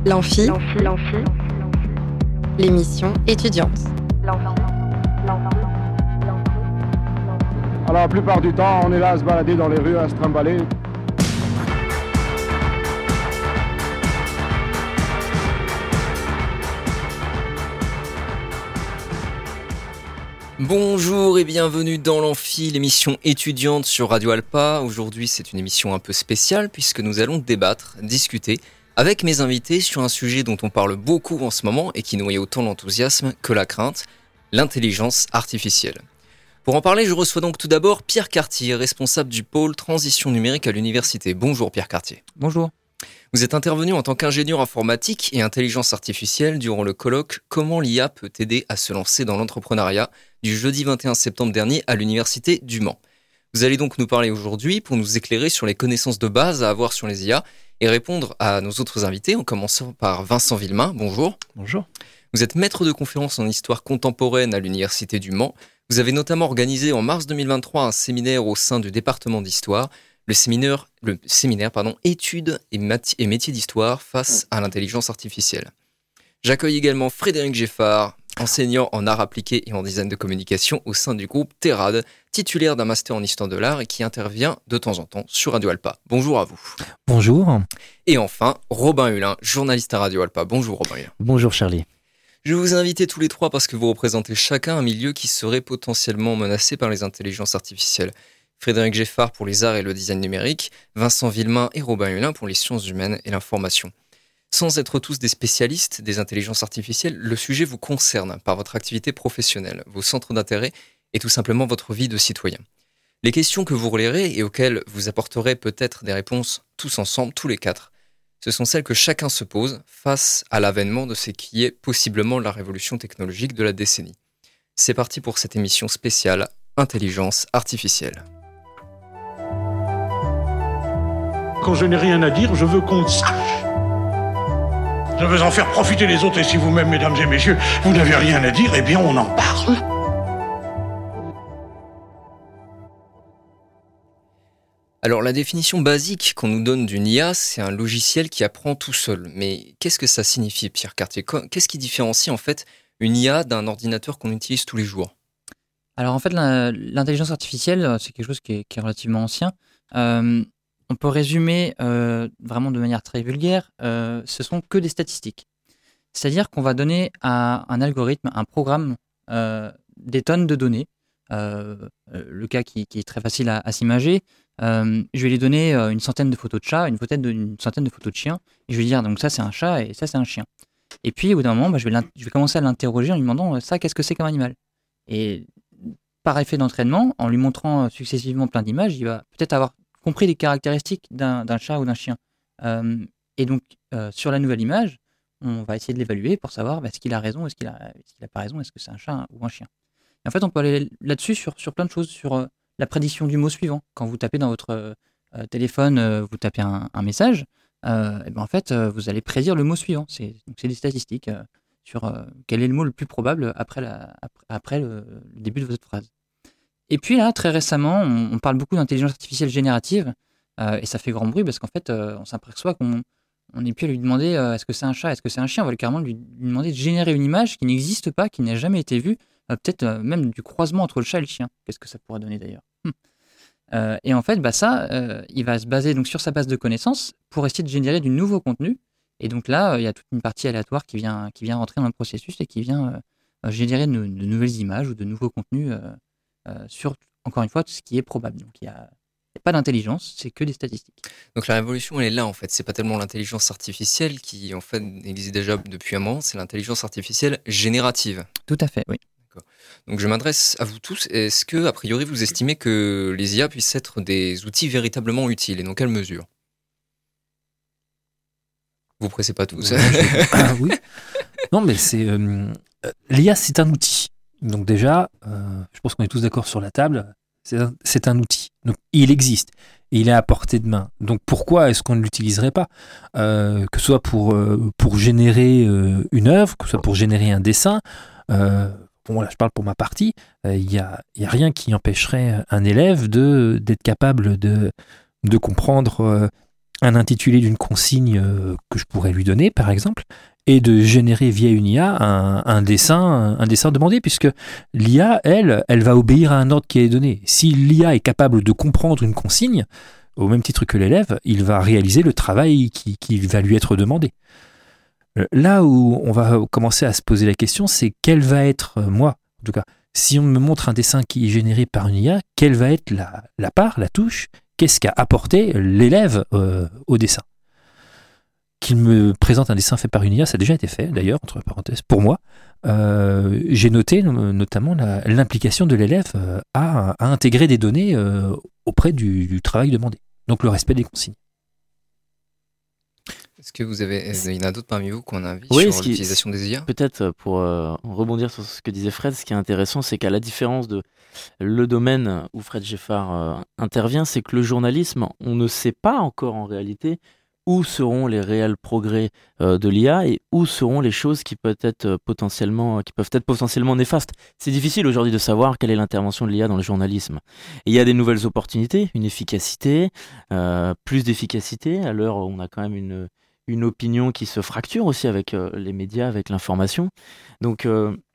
L'Amphi, l'émission étudiante. Alors la plupart du temps, on est là à se balader dans les rues, à se trimballer. Bonjour et bienvenue dans l'Amphi, l'émission étudiante sur Radio Alpa. Aujourd'hui, c'est une émission un peu spéciale puisque nous allons débattre, discuter avec mes invités sur un sujet dont on parle beaucoup en ce moment et qui nourrit autant l'enthousiasme que la crainte, l'intelligence artificielle. Pour en parler, je reçois donc tout d'abord Pierre Cartier, responsable du pôle transition numérique à l'université. Bonjour Pierre Cartier. Bonjour. Vous êtes intervenu en tant qu'ingénieur informatique et intelligence artificielle durant le colloque « Comment l'IA peut aider à se lancer dans l'entrepreneuriat » du jeudi 21 septembre dernier à l'université du Mans. Vous allez donc nous parler aujourd'hui pour nous éclairer sur les connaissances de base à avoir sur les IA et répondre à nos autres invités, en commençant par Vincent Villemain. Bonjour. Bonjour. Vous êtes maître de conférences en histoire contemporaine à l'université du Mans. Vous avez notamment organisé en mars 2023 un séminaire au sein du département d'histoire, le séminaire Études et métiers d'histoire face à l'intelligence artificielle. J'accueille également Frédéric Geffard, enseignant en arts appliqués et en design de communication au sein du groupe Terrade, titulaire d'un master en histoire de l'art et qui intervient de temps en temps sur Radio Alpa. Bonjour à vous. Bonjour. Et enfin, Robin Hulin, journaliste à Radio Alpa. Bonjour Robin Hulin. Bonjour Charlie. Je vous ai invités tous les trois parce que vous représentez chacun un milieu qui serait potentiellement menacé par les intelligences artificielles. Frédéric Geffard pour les arts et le design numérique, Vincent Villemain et Robin Hulin pour les sciences humaines et l'information. Sans être tous des spécialistes des intelligences artificielles, le sujet vous concerne par votre activité professionnelle, vos centres d'intérêt et tout simplement votre vie de citoyen. Les questions que vous relayerez et auxquelles vous apporterez peut-être des réponses tous ensemble, tous les quatre, ce sont celles que chacun se pose face à l'avènement de ce qui est possiblement la révolution technologique de la décennie. C'est parti pour cette émission spéciale Intelligence artificielle. Quand je n'ai rien à dire, je veux qu'on le sache. Je veux en faire profiter les autres, et si vous-même, mesdames et messieurs, vous n'avez rien à dire, eh bien on en parle. Alors la définition basique qu'on nous donne d'une IA, c'est un logiciel qui apprend tout seul. Mais qu'est-ce que ça signifie, Pierre Cartier ? Qu'est-ce qui différencie en fait une IA d'un ordinateur qu'on utilise tous les jours ? Alors en fait, l'intelligence artificielle, c'est quelque chose qui est relativement ancien. On peut résumer vraiment de manière très vulgaire, ce sont que des statistiques. C'est-à-dire qu'on va donner à un algorithme, un programme, des tonnes de données. Le cas qui est très facile à s'imager, je vais lui donner une centaine de photos de chats, une centaine de photos de chiens, et je vais lui dire donc ça c'est un chat et ça c'est un chien. Et puis au bout d'un moment, je vais commencer à l'interroger en lui demandant ça qu'est-ce que c'est comme animal. Et par effet d'entraînement, en lui montrant successivement plein d'images, il va peut-être avoir compris les caractéristiques d'un chat ou d'un chien. Et donc, sur la nouvelle image, on va essayer de l'évaluer pour savoir est-ce qu'il a raison, est-ce qu'il a pas raison, est-ce que c'est un chat ou un chien. Et en fait, on peut aller là-dessus sur plein de choses, sur la prédiction du mot suivant. Quand vous tapez dans votre téléphone, vous tapez un message, et ben en fait, vous allez prédire le mot suivant. Donc c'est des statistiques sur quel est le mot le plus probable après le début de votre phrase. Et puis là, très récemment, on parle beaucoup d'intelligence artificielle générative, et ça fait grand bruit parce qu'en fait, on s'aperçoit qu'on n'est plus à lui demander est-ce que c'est un chat, est-ce que c'est un chien, on va carrément lui demander de générer une image qui n'existe pas, qui n'a jamais été vue, peut-être même du croisement entre le chat et le chien. Qu'est-ce que ça pourrait donner d'ailleurs ? Et en fait, il va se baser donc sur sa base de connaissances pour essayer de générer du nouveau contenu. Et donc là, il y a toute une partie aléatoire qui vient rentrer dans le processus et qui vient générer de nouvelles images ou de nouveaux contenus sur, encore une fois, tout ce qui est probable. Donc il n'y a pas d'intelligence, c'est que des statistiques. Donc la révolution, elle est là en fait. C'est pas tellement l'intelligence artificielle qui en fait existe déjà depuis un moment, c'est l'intelligence artificielle générative. Tout à fait, oui. D'accord. Donc je m'adresse à vous tous. Est-ce que, a priori, vous estimez que les IA puissent être des outils véritablement utiles et dans quelle mesure ? Vous pressez pas tous. Oui. Non, mais l'IA, c'est un outil. Donc déjà, je pense qu'on est tous d'accord sur la table, c'est un outil. Donc il existe et il est à portée de main. Donc pourquoi est-ce qu'on ne l'utiliserait pas ? Que ce soit pour générer une œuvre, que ce soit pour générer un dessin. Bon, là, je parle pour ma partie. Il y a rien qui empêcherait un élève d'être capable de comprendre un intitulé d'une consigne que je pourrais lui donner, par exemple, et de générer via une IA un dessin demandé, puisque l'IA, elle va obéir à un ordre qui est donné. Si l'IA est capable de comprendre une consigne, au même titre que l'élève, il va réaliser le travail qui va lui être demandé. Là où on va commencer à se poser la question, c'est quelle va être, moi, en tout cas, si on me montre un dessin qui est généré par une IA, quelle va être la part, la touche, qu'est-ce qu'a apporté l'élève au dessin ? Qu'il me présente un dessin fait par une IA, ça a déjà été fait, d'ailleurs, entre parenthèses, pour moi. J'ai noté notamment l'implication de l'élève à intégrer des données auprès du travail demandé. Donc le respect des consignes. Est-ce que il y en a d'autres parmi vous qu'on a vu Oui, sur l'utilisation des IA ? Peut-être pour rebondir sur ce que disait Fred, ce qui est intéressant, c'est qu'à la différence de le domaine où Fred Geffard intervient, c'est que le journalisme, on ne sait pas encore en réalité où seront les réels progrès de l'IA et où seront les choses qui peuvent être potentiellement néfastes. C'est difficile aujourd'hui de savoir quelle est l'intervention de l'IA dans le journalisme. Et il y a des nouvelles opportunités, une efficacité, plus d'efficacité, à l'heure où on a quand même une opinion qui se fracture aussi avec les médias, avec l'information. Donc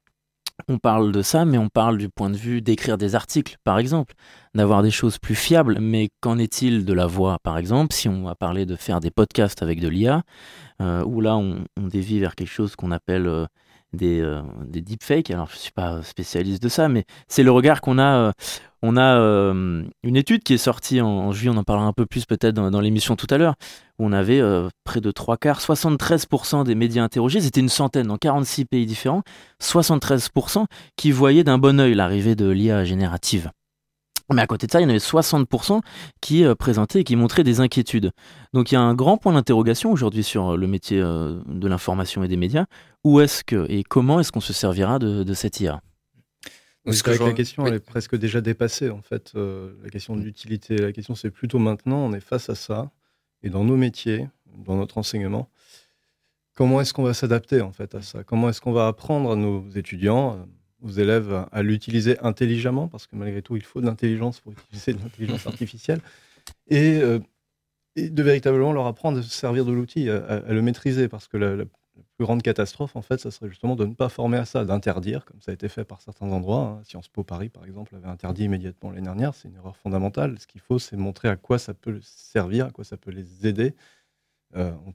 on parle de ça, mais on parle du point de vue d'écrire des articles, par exemple, d'avoir des choses plus fiables. Mais qu'en est-il de la voix, par exemple, si on va parler de faire des podcasts avec de l'IA, où là on dévie vers quelque chose qu'on appelle des deepfakes. Alors je ne suis pas spécialiste de ça, mais c'est le regard qu'on a. On a une étude qui est sortie en juillet, on en parlera un peu plus peut-être dans l'émission tout à l'heure, où on avait près de 3/4, 73% des médias interrogés, c'était une centaine dans 46 pays différents, 73% qui voyaient d'un bon œil l'arrivée de l'IA générative. Mais à côté de ça, il y en avait 60% qui présentaient et qui montraient des inquiétudes. Donc il y a un grand point d'interrogation aujourd'hui sur le métier de l'information et des médias. Où est-ce que et comment est-ce qu'on se servira de cette IA ? C'est vrai que la question elle est presque déjà dépassée en fait, la question de l'utilité. La question c'est plutôt maintenant, on est face à ça, et dans nos métiers, dans notre enseignement, comment est-ce qu'on va s'adapter en fait à ça ? Comment est-ce qu'on va apprendre à nos étudiants, aux élèves à l'utiliser intelligemment, parce que malgré tout il faut de l'intelligence pour utiliser de l'intelligence artificielle, et de véritablement leur apprendre à se servir de l'outil, à le maîtriser, parce que la plus grande catastrophe, en fait, ça serait justement de ne pas former à ça, d'interdire, comme ça a été fait par certains endroits. Sciences Po Paris, par exemple, avait interdit immédiatement l'année dernière. C'est une erreur fondamentale. Ce qu'il faut, c'est montrer à quoi ça peut servir, à quoi ça peut les aider. On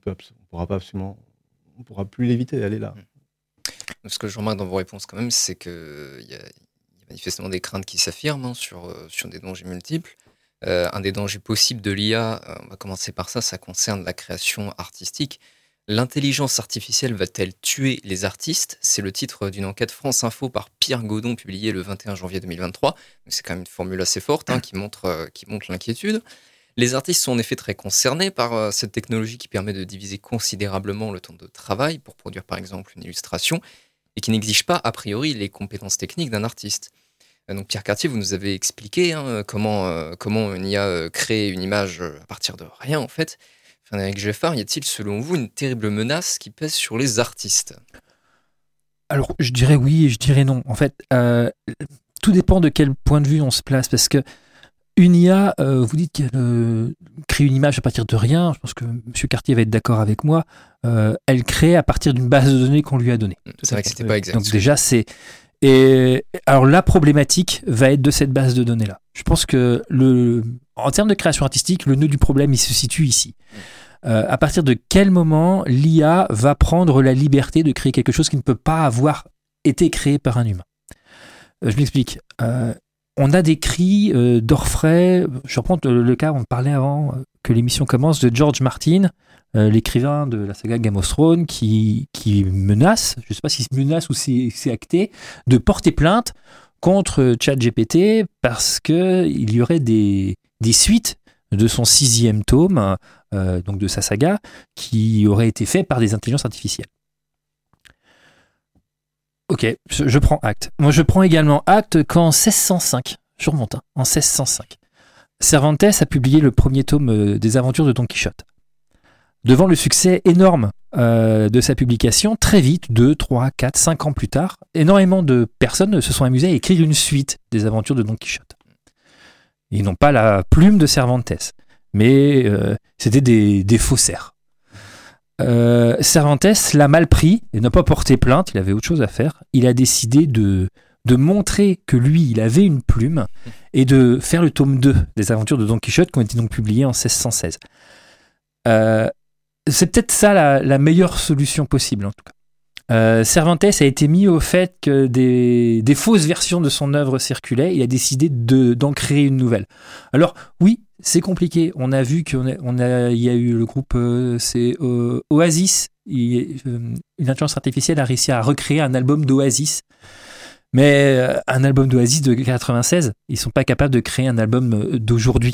pourra plus l'éviter, elle est là. Ce que je remarque dans vos réponses, quand même, c'est qu'il y a manifestement des craintes qui s'affirment sur des dangers multiples. Un des dangers possibles de l'IA, on va commencer par ça concerne la création artistique. L'intelligence artificielle va-t-elle tuer les artistes ? C'est le titre d'une enquête France Info par Pierre Godon, publiée le 21 janvier 2023. C'est quand même une formule assez forte qui montre l'inquiétude. Les artistes sont en effet très concernés par cette technologie qui permet de diviser considérablement le temps de travail pour produire par exemple une illustration et qui n'exige pas a priori les compétences techniques d'un artiste. Donc Pierre Cartier, vous nous avez expliqué comment une IA crée une image à partir de rien en fait. Frédéric Geffard, y a-t-il selon vous une terrible menace qui pèse sur les artistes ? Alors je dirais oui et je dirais non. En fait, tout dépend de quel point de vue on se place, parce que une IA, vous dites qu'elle crée une image à partir de rien. Je pense que M. Cartier va être d'accord avec moi. Elle crée à partir d'une base de données qu'on lui a donnée. C'est vrai que c'était pas exact. Donc déjà, c'est... Et alors la problématique va être de cette base de données-là. Je pense que en termes de création artistique, le nœud du problème, il se situe ici. À partir de quel moment l'IA va prendre la liberté de créer quelque chose qui ne peut pas avoir été créé par un humain ? Je m'explique. On a des cris d'orfraie. Je reprends le cas, on parlait avant que l'émission commence, de George Martin, l'écrivain de la saga Game of Thrones, qui menace, je ne sais pas si c'est menace ou c'est acté, de porter plainte contre ChatGPT parce qu'il y aurait des suites de son 6e tome, donc de sa saga, qui auraient été faits par des intelligences artificielles. Ok, je prends acte. Moi, je prends également acte qu'en 1605, je remonte, en 1605, Cervantes a publié le premier tome des aventures de Don Quichotte. Devant le succès énorme de sa publication, très vite, 2, 3, 4, 5 ans plus tard, énormément de personnes se sont amusées à écrire une suite des aventures de Don Quichotte. Ils n'ont pas la plume de Cervantes, mais c'était des faussaires. Cervantes l'a mal pris et n'a pas porté plainte, il avait autre chose à faire. Il a décidé de montrer que lui, il avait une plume et de faire le tome 2 des aventures de Don Quichotte qui ont été donc publiées en 1616. C'est peut-être ça la meilleure solution possible en tout cas. Cervantes a été mis au fait que des fausses versions de son œuvre circulaient et il a décidé d'en créer une nouvelle. Alors oui, c'est compliqué. On a vu qu'il y a eu le groupe Oasis. Une intelligence artificielle a réussi à recréer un album d'Oasis. Mais un album d'Oasis de 96, ils sont pas capables de créer un album d'aujourd'hui.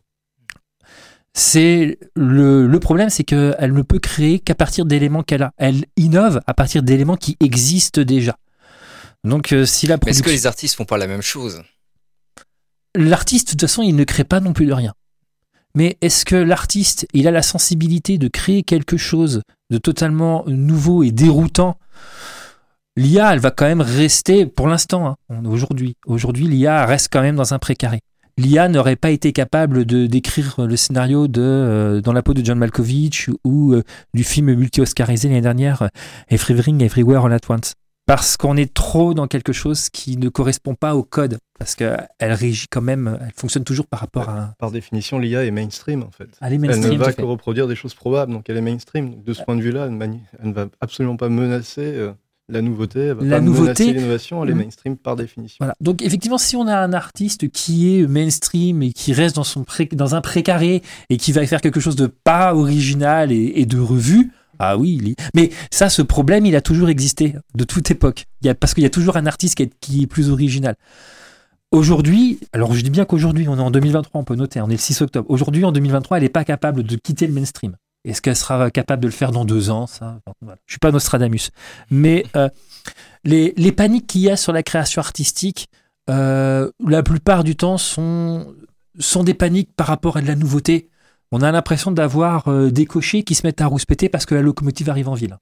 C'est le problème, c'est qu'elle ne peut créer qu'à partir d'éléments qu'elle a. Elle innove à partir d'éléments qui existent déjà. Donc, si la production... Mais est-ce que les artistes font pas la même chose ? L'artiste, de toute façon, il ne crée pas non plus de rien. Mais est-ce que l'artiste, il a la sensibilité de créer quelque chose de totalement nouveau et déroutant ? L'IA, elle va quand même rester, pour l'instant, aujourd'hui, l'IA reste quand même dans un précaré. L'IA n'aurait pas été capable d'écrire le scénario de Dans la peau de John Malkovich ou du film multi-oscarisé l'année dernière, Everything Everywhere All at Once. Parce qu'on est trop dans quelque chose qui ne correspond pas au code. Parce qu'elle régit quand même, elle fonctionne toujours par rapport à... Par définition, l'IA est mainstream en fait. Elle est mainstream, elle ne va que reproduire des choses probables, donc elle est mainstream. Donc de ce point de vue-là, elle ne va absolument pas menacer... La nouveauté, elle va pas menacer l'innovation, elle est mainstream par définition. Voilà. Donc effectivement, si on a un artiste qui est mainstream et qui reste dans un précaré et qui va faire quelque chose de pas original et de revu, ah oui, mais ça, ce problème, il a toujours existé de toute époque. Parce qu'il y a toujours un artiste qui est plus original. Aujourd'hui, alors je dis bien qu'aujourd'hui, on est en 2023, on peut noter, on est le 6 octobre. Aujourd'hui, en 2023, elle n'est pas capable de quitter le mainstream. Est-ce qu'elle sera capable de le faire dans 2 ans ça, voilà. Je ne suis pas Nostradamus. Mais les paniques qu'il y a sur la création artistique, la plupart du temps, sont des paniques par rapport à de la nouveauté. On a l'impression d'avoir des cochers qui se mettent à rouspéter parce que la locomotive arrive en ville.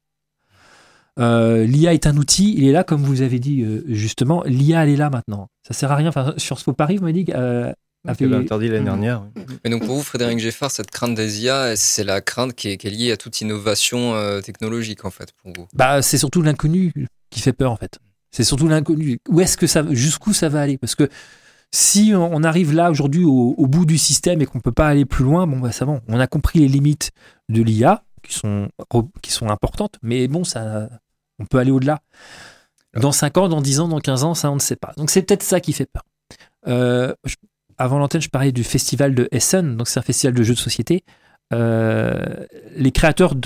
L'IA est un outil, il est là, comme vous avez dit justement. L'IA, elle est là maintenant. Ça ne sert à rien. Enfin, sur Spo Paris, vous m'avez dit... Elle l'a interdit l'année dernière. Mais donc pour vous, Frédéric Geffard, cette crainte des IA, c'est la crainte qui est liée à toute innovation technologique en fait pour vous. C'est surtout l'inconnu qui fait peur en fait. C'est surtout l'inconnu. Jusqu'où ça va aller ? Parce que si on arrive là aujourd'hui au bout du système et qu'on peut pas aller plus loin, c'est bon. On a compris les limites de l'IA qui sont importantes, mais bon, on peut aller au-delà. Dans 5 ans, dans 10 ans, dans 15 ans, ça on ne sait pas. Donc c'est peut-être ça qui fait peur. Avant l'antenne, je parlais du festival de Essen, donc c'est un festival de jeux de société. Les créateurs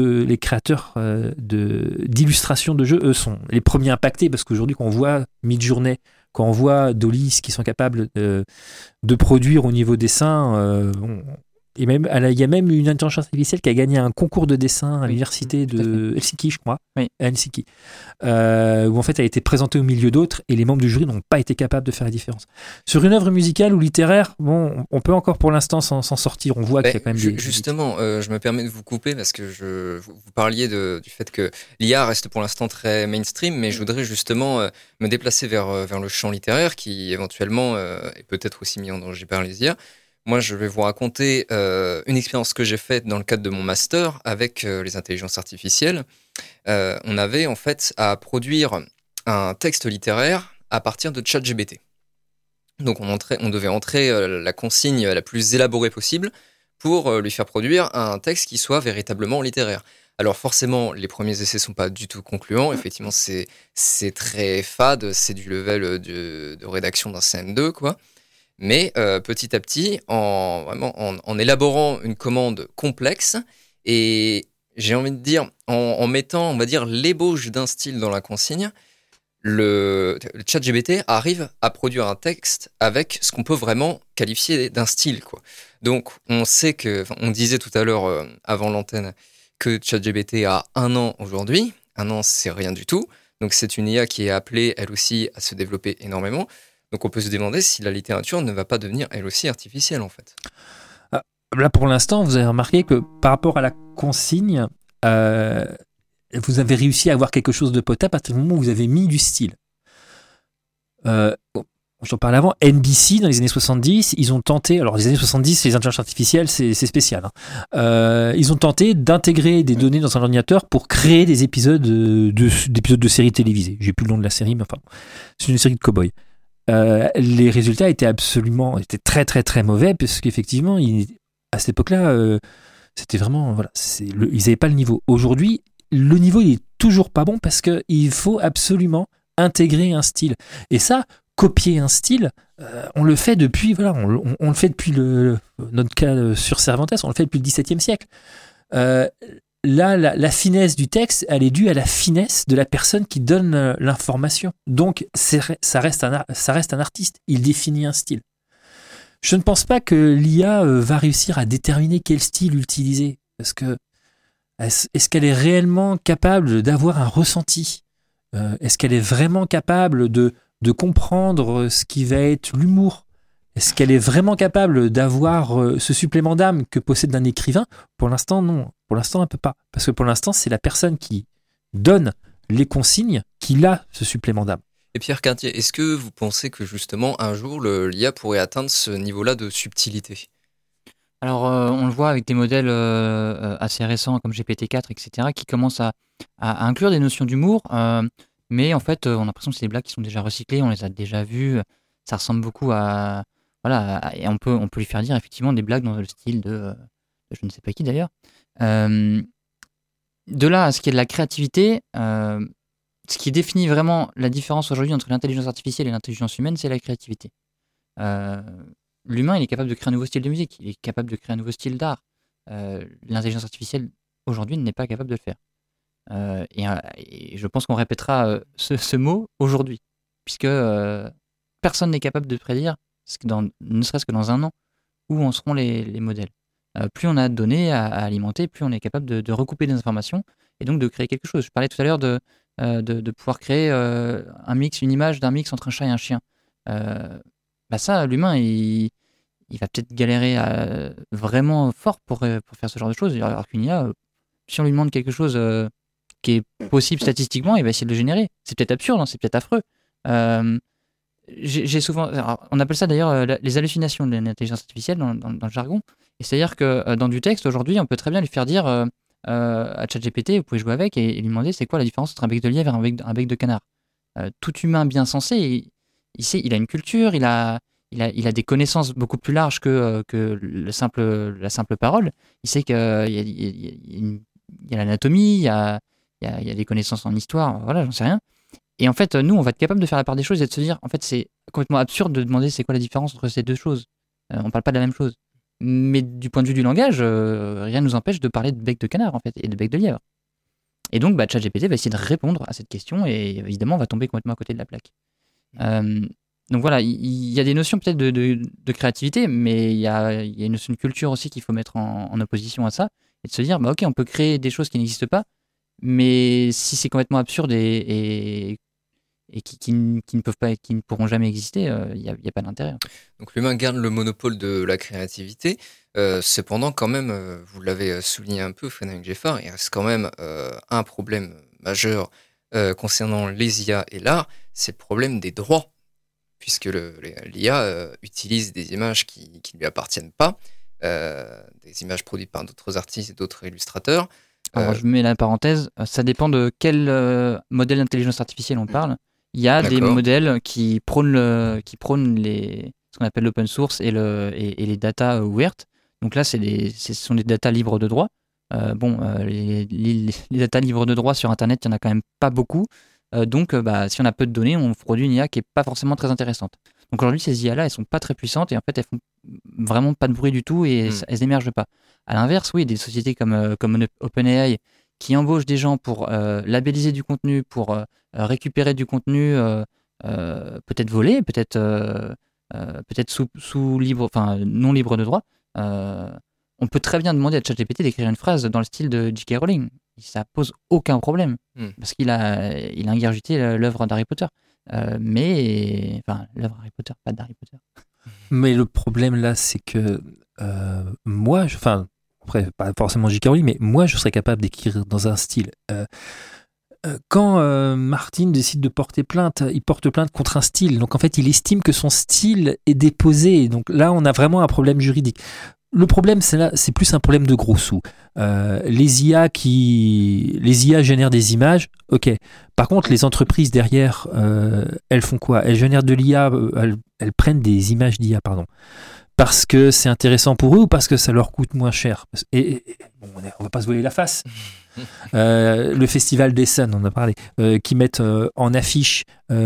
d'illustrations de jeux, eux, sont les premiers impactés parce qu'aujourd'hui, quand on voit Midjourney, quand on voit Dolly, ce qu'ils sont capables de produire au niveau dessin, il y a même une intelligence artificielle qui a gagné un concours de dessin à l'université de Helsinki, je crois. Oui. À Helsinki. Où en fait, elle a été présentée au milieu d'autres et les membres du jury n'ont pas été capables de faire la différence. Sur une œuvre musicale ou littéraire, on peut encore pour l'instant s'en sortir. On voit qu'il y a quand même Justement, je me permets de vous couper parce que vous parliez du fait que l'IA reste pour l'instant très mainstream, mais je voudrais justement me déplacer vers le champ littéraire qui éventuellement est peut-être aussi mis en danger par les IA. Moi, je vais vous raconter une expérience que j'ai faite dans le cadre de mon master avec les intelligences artificielles. On avait en fait à produire un texte littéraire à partir de ChatGPT. Donc on devait entrer la consigne la plus élaborée possible pour lui faire produire un texte qui soit véritablement littéraire. Alors forcément, les premiers essais sont pas du tout concluants. Effectivement, c'est très fade, c'est du level de rédaction d'un CM2, quoi. Mais petit à petit, en élaborant une commande complexe, et j'ai envie de dire, en mettant, on va dire, l'ébauche d'un style dans la consigne, le ChatGPT arrive à produire un texte avec ce qu'on peut vraiment qualifier d'un style, quoi. Donc, on sait on disait tout à l'heure, avant l'antenne, que ChatGPT a 1 an aujourd'hui. 1 an, c'est rien du tout. Donc, c'est une IA qui est appelée, elle aussi, à se développer énormément. Donc on peut se demander si la littérature ne va pas devenir elle aussi artificielle en fait. Là pour l'instant, vous avez remarqué que par rapport à la consigne, vous avez réussi à avoir quelque chose de potable à partir du moment où vous avez mis du style. j'en parlais avant, NBC dans les années 70, ils ont tenté, alors les années 70, les intelligences artificielles, c'est spécial. Ils ont tenté d'intégrer des données dans un ordinateur pour créer des épisodes de séries télévisées. J'ai plus le nom de la série, mais enfin, c'est une série de cow-boys. Les résultats étaient très très très mauvais parce qu'effectivement, à cette époque-là, c'était vraiment, voilà, ils n'avaient pas le niveau. Aujourd'hui, le niveau il est toujours pas bon parce qu'il faut absolument intégrer un style. Et ça, copier un style, on le fait depuis, voilà, on le fait depuis notre cas sur Cervantes, on le fait depuis le XVIIe siècle. Là, la finesse du texte, elle est due à la finesse de la personne qui donne l'information. Donc, ça reste un artiste. Il définit un style. Je ne pense pas que l'IA va réussir à déterminer quel style utiliser. Parce que, est-ce qu'elle est réellement capable d'avoir un ressenti ? Est-ce qu'elle est vraiment capable de comprendre ce qui va être l'humour? Est-ce qu'elle est vraiment capable d'avoir ce supplément d'âme que possède un écrivain? Pour l'instant, non. Pour l'instant, elle ne peut pas. Parce que pour l'instant, c'est la personne qui donne les consignes qui a ce supplément d'âme. Et Pierre Cartier, est-ce que vous pensez que justement, un jour, l'IA pourrait atteindre ce niveau-là de subtilité? Alors, on le voit avec des modèles assez récents comme GPT-4, etc., qui commencent à inclure des notions d'humour, mais en fait, on a l'impression que c'est des blagues qui sont déjà recyclées, on les a déjà vues, ça ressemble beaucoup à... Voilà, et on peut lui faire dire effectivement des blagues dans le style de je ne sais pas qui d'ailleurs. De là à ce qui est de la créativité, ce qui définit vraiment la différence aujourd'hui entre l'intelligence artificielle et l'intelligence humaine, c'est la créativité. L'humain, il est capable de créer un nouveau style de musique, il est capable de créer un nouveau style d'art. L'intelligence artificielle, aujourd'hui, n'est pas capable de le faire. Et je pense qu'on répétera ce mot aujourd'hui, puisque personne n'est capable de prédire, ne serait-ce que dans un an, où en seront les modèles. Plus on a de données à alimenter, plus on est capable de recouper des informations, et donc de créer quelque chose. Je parlais tout à l'heure de pouvoir créer une image d'un mix entre un chat et un chien. Ça, l'humain, il va peut-être galérer vraiment fort pour faire ce genre de choses. Alors qu'une IA, si on lui demande quelque chose qui est possible statistiquement, il va essayer de le générer. C'est peut-être absurde, hein, c'est peut-être affreux. J'ai souvent, alors, on appelle ça d'ailleurs les hallucinations de l'intelligence artificielle dans le jargon. Et c'est-à-dire que dans du texte, aujourd'hui, on peut très bien lui faire dire à ChatGPT, vous pouvez jouer avec et lui demander c'est quoi la différence entre un bec de lièvre et un bec de canard. Tout humain bien sensé, il a une culture, il a des connaissances beaucoup plus larges que la simple parole. Il sait qu'il y a l'anatomie, il y a des connaissances en histoire, voilà, j'en sais rien. Et en fait, nous, on va être capable de faire la part des choses et de se dire, en fait, c'est complètement absurde de demander c'est quoi la différence entre ces deux choses. On parle pas de la même chose. Mais du point de vue du langage, rien ne nous empêche de parler de bec de canard, en fait, et de bec de lièvre. Et donc, ChatGPT va essayer de répondre à cette question et évidemment, on va tomber complètement à côté de la plaque. Donc voilà, il y a des notions peut-être de créativité, mais il y a une notion de culture aussi qu'il faut mettre en opposition à ça et de se dire, ok, on peut créer des choses qui n'existent pas, mais si c'est complètement absurde et qui ne peuvent pas, qui ne pourront jamais exister, il n'y a pas d'intérêt. Donc l'humain garde le monopole de la créativité. Cependant, quand même, vous l'avez souligné un peu, Frédéric Geffard, il reste quand même un problème majeur concernant les IA et l'art, c'est le problème des droits, puisque l'IA utilise des images qui ne lui appartiennent pas, des images produites par d'autres artistes et d'autres illustrateurs. Alors, je mets la parenthèse, ça dépend de quel modèle d'intelligence artificielle on parle. Il y a des modèles qui prônent ce qu'on appelle l'open source et les data ouvertes. Donc là, ce sont des data libres de droit. Les data libres de droit sur Internet, il n'y en a quand même pas beaucoup. Donc, si on a peu de données, on produit une IA qui n'est pas forcément très intéressante. Donc aujourd'hui, ces IA-là, elles sont pas très puissantes et en fait, elles font vraiment pas de bruit du tout et elles n'émergent pas. À l'inverse, oui, des sociétés comme OpenAI qui embauchent des gens pour labelliser du contenu, pour récupérer du contenu, peut-être volé, peut-être sous libre, enfin non libre de droit. On peut très bien demander à ChatGPT d'écrire une phrase dans le style de J.K. Rowling. Ça pose aucun problème parce qu'il a ingurgité l'œuvre d'Harry Potter. L'œuvre Harry Potter, pas d'Harry Potter. Mais le problème là, c'est que après, pas forcément J.K. Rowling, mais moi, je serais capable d'écrire dans un style. quand Martin décide de porter plainte, il porte plainte contre un style. Donc en fait, il estime que son style est déposé. Donc là, on a vraiment un problème juridique. Le problème, c'est plus un problème de gros sous. Les IA génèrent des images, ok. Par contre, les entreprises derrière, elles font quoi ? Elles génèrent de l'IA, elles prennent des images d'IA, pardon. Parce que c'est intéressant pour eux ou parce que ça leur coûte moins cher ? Et bon, on va pas se voiler la face. Le festival d'Essen, on en a parlé, qui mettent en affiche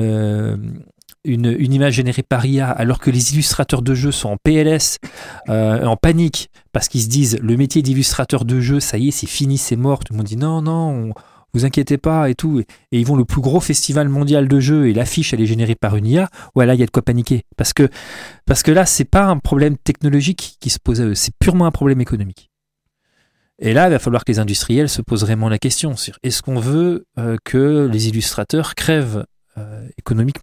une image générée par IA alors que les illustrateurs de jeux sont en PLS, en panique, parce qu'ils se disent le métier d'illustrateur de jeu, ça y est, c'est fini, c'est mort. Tout le monde dit non, vous inquiétez pas et tout. Et ils vont au plus gros festival mondial de jeux et l'affiche, elle est générée par une IA. Ouais, là, il y a de quoi paniquer. Parce que là, c'est pas un problème technologique qui se pose à eux, c'est purement un problème économique. Et là, il va falloir que les industriels se posent vraiment la question sur est-ce qu'on veut que les illustrateurs crèvent économiquement ?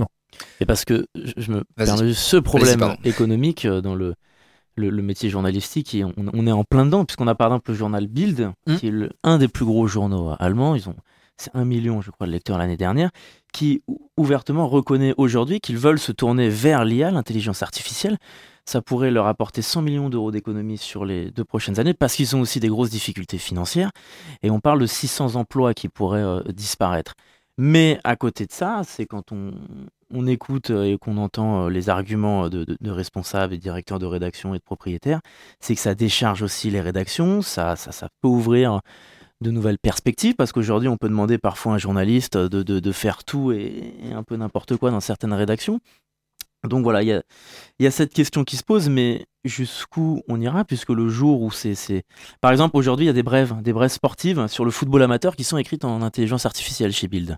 Et parce que je me permets ce problème économique dans le métier journalistique, on est en plein dedans, puisqu'on a par exemple le journal Bild, qui est un des plus gros journaux allemands, c'est 1 million, je crois, de lecteurs l'année dernière, qui ouvertement reconnaît aujourd'hui qu'ils veulent se tourner vers l'IA, l'intelligence artificielle. Ça pourrait leur apporter 100 millions d'euros d'économies sur les 2 prochaines années, parce qu'ils ont aussi des grosses difficultés financières, et on parle de 600 emplois qui pourraient disparaître. Mais à côté de ça, c'est quand on écoute et qu'on entend les arguments de responsables et directeurs de rédaction et de propriétaires, c'est que ça décharge aussi les rédactions, ça peut ouvrir de nouvelles perspectives, parce qu'aujourd'hui on peut demander parfois à un journaliste de faire tout et un peu n'importe quoi dans certaines rédactions. Donc voilà, il y a cette question qui se pose, mais jusqu'où on ira, puisque le jour où c'est... Par exemple, aujourd'hui, il y a des brèves sportives sur le football amateur qui sont écrites en intelligence artificielle chez Bild.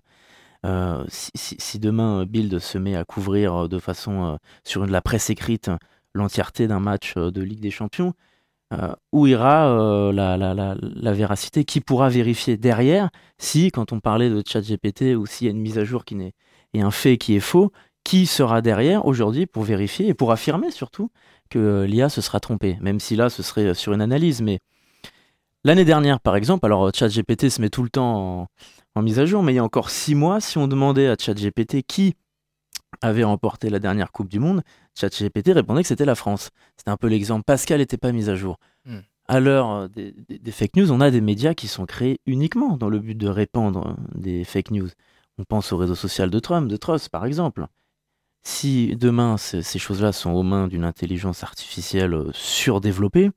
Si demain Bild se met à couvrir de façon sur de la presse écrite l'entièreté d'un match de Ligue des Champions, où ira la véracité ? Qui pourra vérifier derrière si, quand on parlait de ChatGPT, ou s'il y a une mise à jour et un fait qui est faux, qui sera derrière aujourd'hui pour vérifier et pour affirmer surtout que l'IA se sera trompée, même si là ce serait sur une analyse. Mais l'année dernière par exemple, alors ChatGPT se met tout le temps en mise à jour, mais il y a encore 6 mois, si on demandait à ChatGPT qui avait remporté la dernière Coupe du Monde, ChatGPT répondait que c'était la France. C'était un peu l'exemple. Pascal n'était pas mis à jour. À l'heure des fake news, on a des médias qui sont créés uniquement dans le but de répandre des fake news. On pense au réseau social de Trump, de Truss par exemple. Si demain ces choses-là sont aux mains d'une intelligence artificielle surdéveloppée,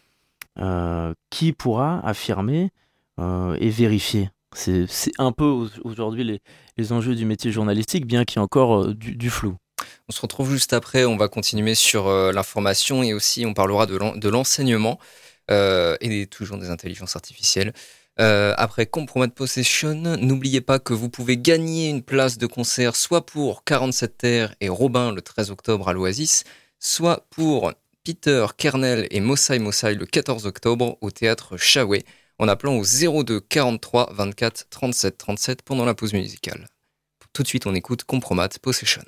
qui pourra affirmer et vérifier ? C'est un peu aujourd'hui les enjeux du métier journalistique, bien qu'il y ait encore du flou. On se retrouve juste après, on va continuer sur l'information et aussi on parlera de l'enseignement et toujours des intelligences artificielles. Après Compromat Possession, n'oubliez pas que vous pouvez gagner une place de concert soit pour 47 Terres et Robin le 13 octobre à l'Oasis, soit pour Peter, Kernel et Mossai le 14 octobre au théâtre Chaoué, en appelant au 02 43 24 37 37 pendant la pause musicale. Tout de suite, on écoute Compromat Possession.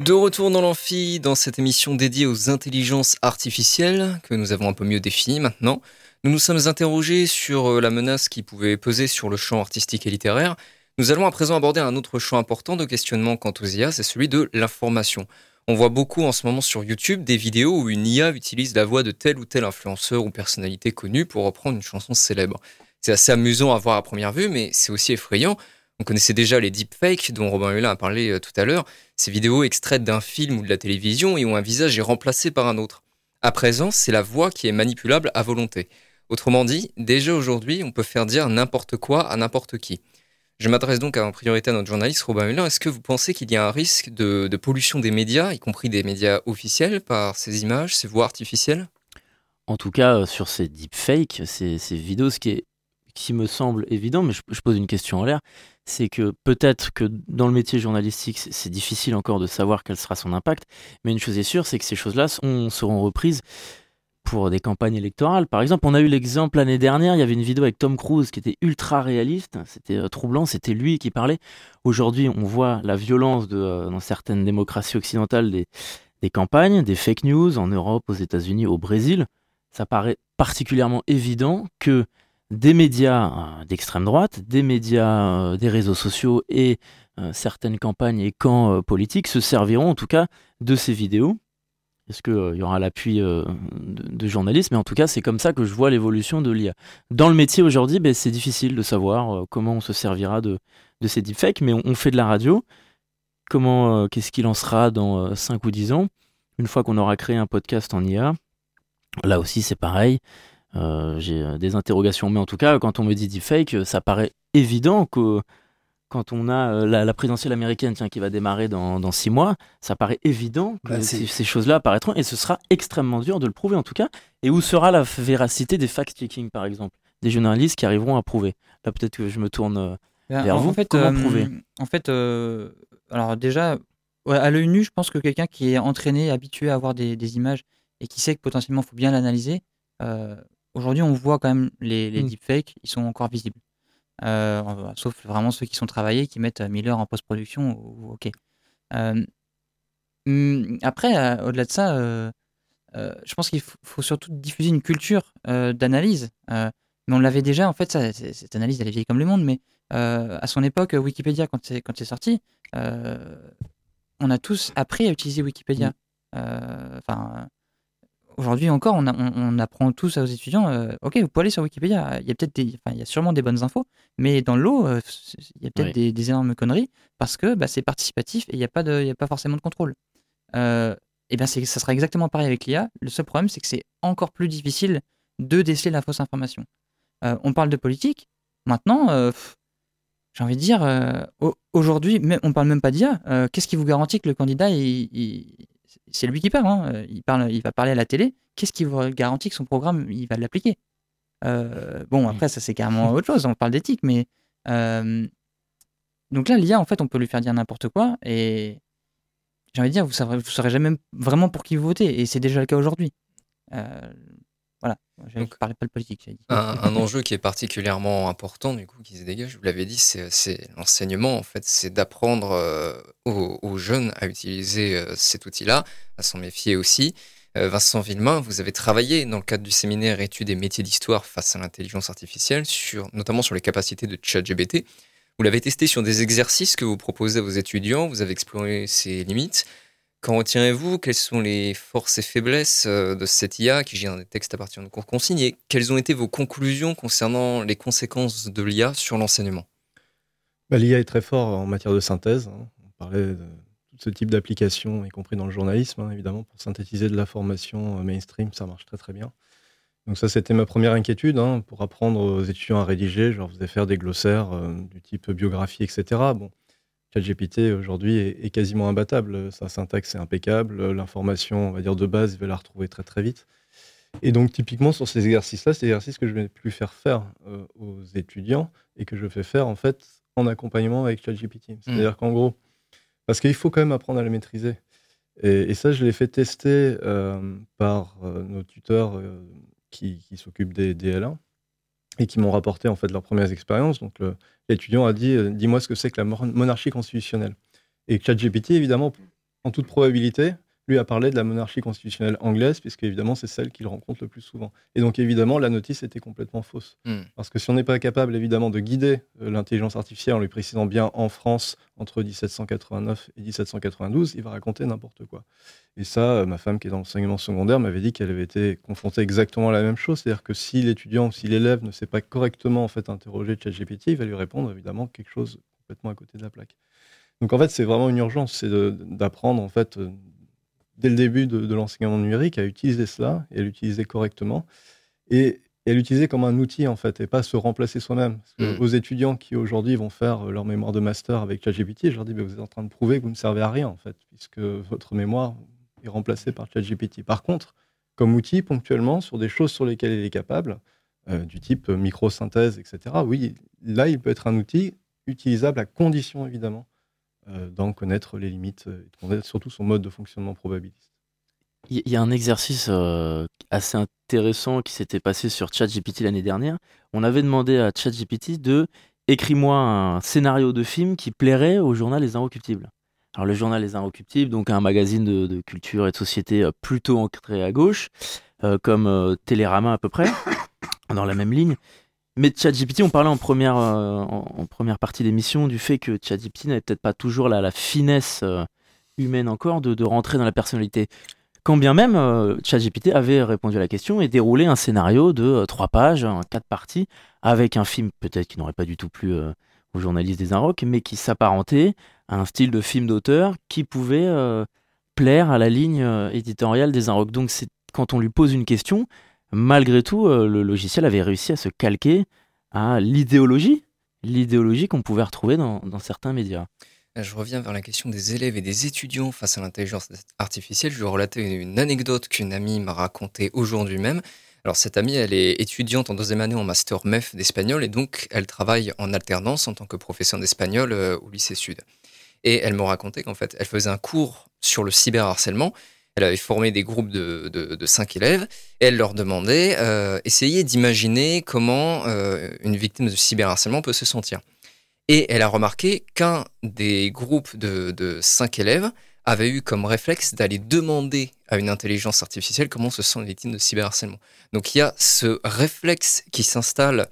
De retour dans l'amphi, dans cette émission dédiée aux intelligences artificielles, que nous avons un peu mieux définies maintenant, nous nous sommes interrogés sur la menace qui pouvait peser sur le champ artistique et littéraire. Nous allons à présent aborder un autre champ important de questionnement quant aux IA, c'est celui de l'information. On voit beaucoup en ce moment sur YouTube des vidéos où une IA utilise la voix de tel ou tel influenceur ou personnalité connue pour reprendre une chanson célèbre. C'est assez amusant à voir à première vue, mais c'est aussi effrayant. On connaissait déjà les deepfakes dont Robin Hulin a parlé tout à l'heure, ces vidéos extraites d'un film ou de la télévision et où un visage est remplacé par un autre. À présent, c'est la voix qui est manipulable à volonté. Autrement dit, déjà aujourd'hui, on peut faire dire n'importe quoi à n'importe qui. Je m'adresse donc en priorité à notre journaliste Robin Hulin. Est-ce que vous pensez qu'il y a un risque de pollution des médias, y compris des médias officiels, par ces images, ces voix artificielles ? En tout cas, sur ces deepfakes, ces vidéos, ce qui me semble évident, mais je pose une question en l'air, c'est que peut-être que dans le métier journalistique, c'est difficile encore de savoir quel sera son impact, mais une chose est sûre, c'est que ces choses-là seront reprises pour des campagnes électorales. Par exemple, on a eu l'exemple l'année dernière, il y avait une vidéo avec Tom Cruise qui était ultra réaliste, c'était troublant, c'était lui qui parlait. Aujourd'hui, on voit la violence dans certaines démocraties occidentales des campagnes, des fake news en Europe, aux États-Unis, au Brésil. Ça paraît particulièrement évident que des médias d'extrême droite, des médias des réseaux sociaux et certaines campagnes et camps politiques se serviront en tout cas de ces vidéos. Est-ce qu'il y aura l'appui de journalistes ? Mais en tout cas, c'est comme ça que je vois l'évolution de l'IA. Dans le métier aujourd'hui, c'est difficile de savoir comment on se servira de ces deepfakes, mais on fait de la radio. Qu'est-ce qu'il en sera dans 5 ou 10 ans ? Une fois qu'on aura créé un podcast en IA, là aussi c'est pareil. J'ai des interrogations, mais en tout cas, quand on me dit deepfake, ça paraît évident que quand on a la présidentielle américaine qui va démarrer dans 6 mois, ça paraît évident que ces choses-là apparaîtront et ce sera extrêmement dur de le prouver en tout cas. Et où sera la véracité des fact-checking par exemple ? Des journalistes qui arriveront à prouver. Là peut-être que je me tourne vers vous. Comment prouver ? En fait, alors déjà, à l'œil nu, je pense que quelqu'un qui est entraîné, habitué à avoir des images et qui sait que potentiellement il faut bien l'analyser, aujourd'hui on voit quand même les deepfakes, ils sont encore visibles. Sauf vraiment ceux qui sont travaillés, qui mettent 1000 heures en post-production, ok. Après, au-delà de ça, je pense qu'il faut surtout diffuser une culture d'analyse. Mais on l'avait déjà, en fait, cette analyse, elle est vieille comme le monde, mais à son époque, Wikipédia, quand c'est sorti, on a tous appris à utiliser Wikipédia. Aujourd'hui encore, on apprend tous aux étudiants, ok, vous pouvez aller sur Wikipédia, il y a sûrement des bonnes infos, mais dans l'eau, il y a peut-être des énormes conneries, parce que c'est participatif et il n'y a pas forcément de contrôle. Ça sera exactement pareil avec l'IA. Le seul problème, c'est que c'est encore plus difficile de déceler la fausse information. On parle de politique, maintenant, j'ai envie de dire, aujourd'hui, on parle même pas d'IA, qu'est-ce qui vous garantit que le candidat, c'est lui qui parle, il va parler à la télé. Qu'est-ce qui vous garantit que son programme, il va l'appliquer ? Après, ça c'est carrément autre chose, on parle d'éthique, mais donc là, l'IA, en fait, on peut lui faire dire n'importe quoi, et j'ai envie de dire, vous saurez jamais vraiment pour qui vous votez, et c'est déjà le cas aujourd'hui. Voilà, je ne parlais pas de politique, j'ai dit. Un enjeu qui est particulièrement important, du coup, qui se dégage, vous l'avez dit, c'est l'enseignement, en fait, c'est d'apprendre aux jeunes à utiliser cet outil-là, à s'en méfier aussi. Vincent Villemain, vous avez travaillé dans le cadre du séminaire Études et métiers d'histoire face à l'intelligence artificielle, notamment sur les capacités de ChatGPT. Vous l'avez testé sur des exercices que vous proposez à vos étudiants, vous avez exploré ses limites. Qu'en retirez-vous ? Quelles sont les forces et faiblesses de cette IA qui génère des textes à partir de cours consignés ? Quelles ont été vos conclusions concernant les conséquences de l'IA sur l'enseignement ? L'IA est très fort en matière de synthèse. On parlait de tout ce type d'application, y compris dans le journalisme, évidemment, pour synthétiser de l'information mainstream, ça marche très très bien. Donc ça, c'était ma première inquiétude, pour apprendre aux étudiants à rédiger. Je leur faisais faire des glossaires du type biographie, etc. Bon. ChatGPT aujourd'hui est quasiment imbattable. Sa syntaxe est impeccable. L'information, on va dire de base, il va la retrouver très très vite. Et donc typiquement sur ces exercices-là, c'est des exercices que je ne vais plus faire aux étudiants et que je fais faire en fait en accompagnement avec ChatGPT. C'est-à-dire qu'en gros, parce qu'il faut quand même apprendre à la maîtriser. Et ça, je l'ai fait tester par nos tuteurs qui s'occupent des DL1 et qui m'ont rapporté en fait leurs premières expériences. Donc l'étudiant a dit dis-moi ce que c'est que la monarchie constitutionnelle. Et ChatGPT, évidemment, en toute probabilité, lui a parlé de la monarchie constitutionnelle anglaise, puisque évidemment c'est celle qu'il rencontre le plus souvent. Et donc évidemment la notice était complètement fausse. Parce que si on n'est pas capable évidemment de guider l'intelligence artificielle en lui précisant bien en France entre 1789 et 1792, il va raconter n'importe quoi. Et ça, ma femme qui est dans l'enseignement secondaire m'avait dit qu'elle avait été confrontée exactement à la même chose, c'est-à-dire que si l'étudiant ou si l'élève ne sait pas correctement en fait interroger ChatGPT, il va lui répondre évidemment quelque chose complètement à côté de la plaque. Donc en fait c'est vraiment une urgence, c'est d'apprendre en fait dès le début de l'enseignement numérique, à utiliser cela et à l'utiliser correctement et à l'utiliser comme un outil en fait et pas se remplacer soi-même. Parce que aux étudiants qui aujourd'hui vont faire leur mémoire de master avec ChatGPT, je leur dis vous êtes en train de prouver que vous ne servez à rien en fait, puisque votre mémoire est remplacée par ChatGPT. Par contre, comme outil ponctuellement sur des choses sur lesquelles il est capable, du type microsynthèse, etc. Oui, là il peut être un outil utilisable à condition évidemment d'en connaître les limites et de connaître surtout son mode de fonctionnement probabiliste. Il y a un exercice assez intéressant qui s'était passé sur ChatGPT l'année dernière. On avait demandé à ChatGPT de écris-moi un scénario de film qui plairait au journal Les Inrecuptibles. Alors le journal Les Inrecuptibles, donc un magazine de culture et de société plutôt ancré à gauche, comme Télérama à peu près, dans la même ligne. Mais ChatGPT, on parlait en première partie d'émission du fait que ChatGPT n'avait peut-être pas toujours la finesse humaine encore de rentrer dans la personnalité. Quand bien même, ChatGPT avait répondu à la question et déroulé un scénario de 3 pages, 4 parties, avec un film peut-être qui n'aurait pas du tout plu aux journalistes des Inrocks, mais qui s'apparentait à un style de film d'auteur qui pouvait plaire à la ligne éditoriale des Inrocks. Donc quand on lui pose une question, malgré tout, le logiciel avait réussi à se calquer à l'idéologie qu'on pouvait retrouver dans certains médias. Je reviens vers la question des élèves et des étudiants face à l'intelligence artificielle. Je vais relater une anecdote qu'une amie m'a racontée aujourd'hui même. Alors cette amie, elle est étudiante en 2e année en master MEF d'espagnol et donc elle travaille en alternance en tant que professeure d'espagnol au lycée Sud. Et elle me racontait qu'en fait, elle faisait un cours sur le cyberharcèlement. Elle avait formé des groupes de 5 élèves et elle leur demandait essayez d'imaginer comment une victime de cyberharcèlement peut se sentir. Et elle a remarqué qu'un des groupes de 5 élèves avait eu comme réflexe d'aller demander à une intelligence artificielle comment se sent une victime de cyberharcèlement. Donc il y a ce réflexe qui s'installe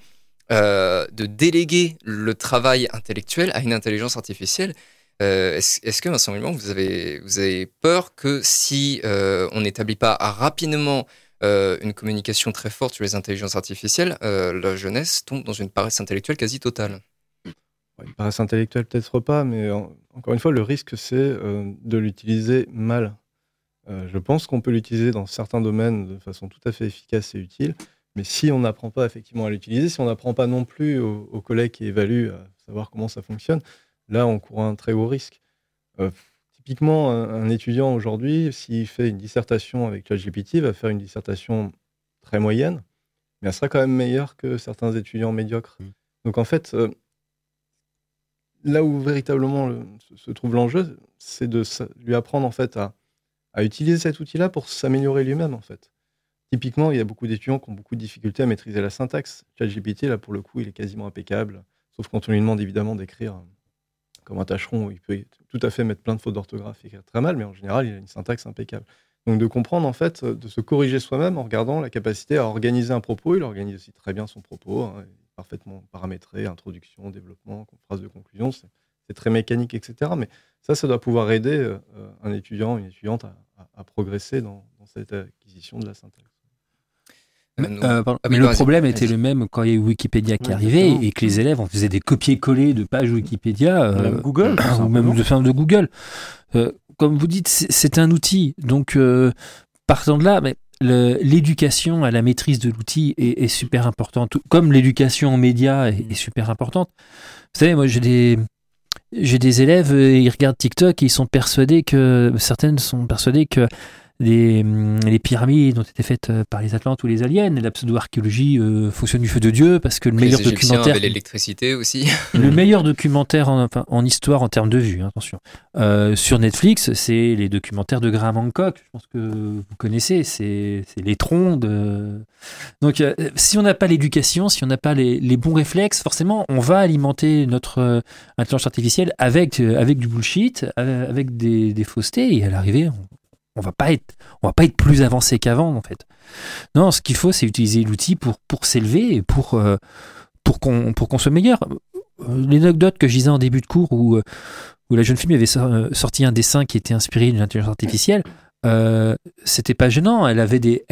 de déléguer le travail intellectuel à une intelligence artificielle. Est-ce que, Vincent Villemain, vous avez peur que si on n'établit pas rapidement une communication très forte sur les intelligences artificielles, la jeunesse tombe dans une paresse intellectuelle quasi totale? Une paresse intellectuelle peut-être pas, mais encore une fois, le risque c'est de l'utiliser mal. Je pense qu'on peut l'utiliser dans certains domaines de façon tout à fait efficace et utile, mais si on n'apprend pas effectivement à l'utiliser, si on n'apprend pas non plus aux collègues qui évaluent à savoir comment ça fonctionne, là on court un très gros risque. Typiquement, un étudiant aujourd'hui, s'il fait une dissertation avec ChatGPT, va faire une dissertation très moyenne, mais elle sera quand même meilleure que certains étudiants médiocres. Donc en fait, là où véritablement se trouve l'enjeu, c'est de lui apprendre en fait à utiliser cet outil-là pour s'améliorer lui-même en fait. Typiquement, il y a beaucoup d'étudiants qui ont beaucoup de difficultés à maîtriser la syntaxe. ChatGPT, là pour le coup, il est quasiment impeccable, sauf quand on lui demande évidemment d'écrire comme un tâcheron, il peut tout à fait mettre plein de fautes d'orthographe et écrire très mal, mais en général, il a une syntaxe impeccable. Donc de comprendre en fait, de se corriger soi-même en regardant la capacité à organiser un propos. Il organise aussi très bien son propos, hein, parfaitement paramétré, introduction, développement, phrase de conclusion, c'est très mécanique, etc. Mais ça doit pouvoir aider un étudiant, une étudiante à progresser dans cette acquisition de la syntaxe. Mais le problème était le même quand il y a eu Wikipédia qui arrivait et que les élèves, on faisait des copier-coller de pages Wikipédia Google, ou même de Google. Comme vous dites, c'est un outil. Donc, partant de là, mais l'éducation à la maîtrise de l'outil est super importante, comme l'éducation aux médias est super importante. Vous savez, moi, j'ai des élèves, ils regardent TikTok et certaines sont persuadées que les pyramides ont été faites par les Atlantes ou les aliens, et la pseudo-archéologie fonctionne du feu de Dieu, parce que le meilleur documentaire... avaient l'électricité aussi. Le meilleur documentaire en histoire en termes de vues, attention. Sur Netflix, c'est les documentaires de Graham Hancock, je pense que vous connaissez, c'est les troncs de... Donc si on n'a pas l'éducation, si on n'a pas les bons réflexes, forcément on va alimenter notre intelligence artificielle avec du bullshit, avec des faussetés, et à l'arrivée on va pas être plus avancé qu'avant en fait. Non, ce qu'il faut, c'est utiliser l'outil pour s'élever et pour qu'on soit meilleur. L'anecdote que je disais en début de cours où la jeune fille avait sorti un dessin qui était inspiré d'une intelligence artificielle, c'était pas gênant. Elle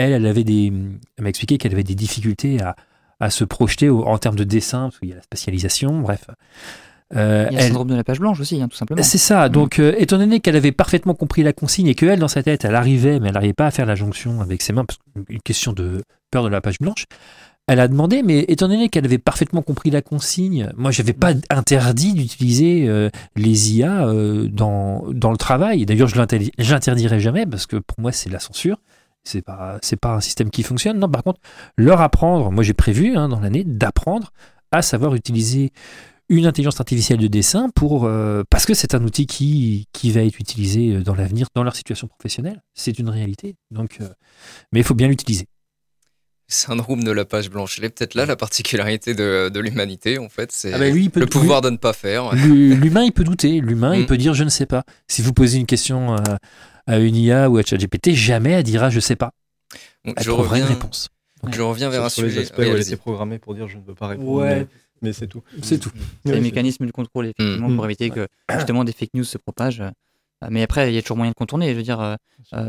m'a expliqué qu'elle avait des difficultés à se projeter en termes de dessin, parce qu'il y a la spatialisation, bref. Il y a le syndrome de la page blanche aussi, tout simplement. C'est ça. Donc, étant donné qu'elle avait parfaitement compris la consigne et qu'elle, dans sa tête, elle arrivait, mais elle n'arrivait pas à faire la jonction avec ses mains, parce qu'une question de peur de la page blanche, elle a demandé, mais étant donné qu'elle avait parfaitement compris la consigne, moi, j'avais pas interdit d'utiliser les IA dans le travail. D'ailleurs, je l'interdirai jamais, parce que pour moi, c'est de la censure. C'est pas un système qui fonctionne. Non, par contre, leur apprendre, moi, j'ai prévu dans l'année d'apprendre à savoir utiliser une intelligence artificielle de dessin parce que c'est un outil qui va être utilisé dans l'avenir, dans leur situation professionnelle. C'est une réalité. Donc, mais il faut bien l'utiliser. Syndrome de la page blanche. Elle est peut-être là la particularité de l'humanité, en fait. C'est lui, le pouvoir de ne pas faire. L'humain, il peut douter. L'humain, il peut dire je ne sais pas. Si vous posez une question à une IA ou à ChatGPT, jamais elle dira je sais pas. Donc, elle trouvera une réponse. Donc, je reviens vers un sujet. Les aspects où elle était programmée pour dire je ne veux pas répondre. Ouais. Mais c'est tout. C'est tout. C'est les mécanismes de contrôle, effectivement, pour éviter que justement des fake news se propagent. Mais après, il y a toujours moyen de contourner. Je veux dire,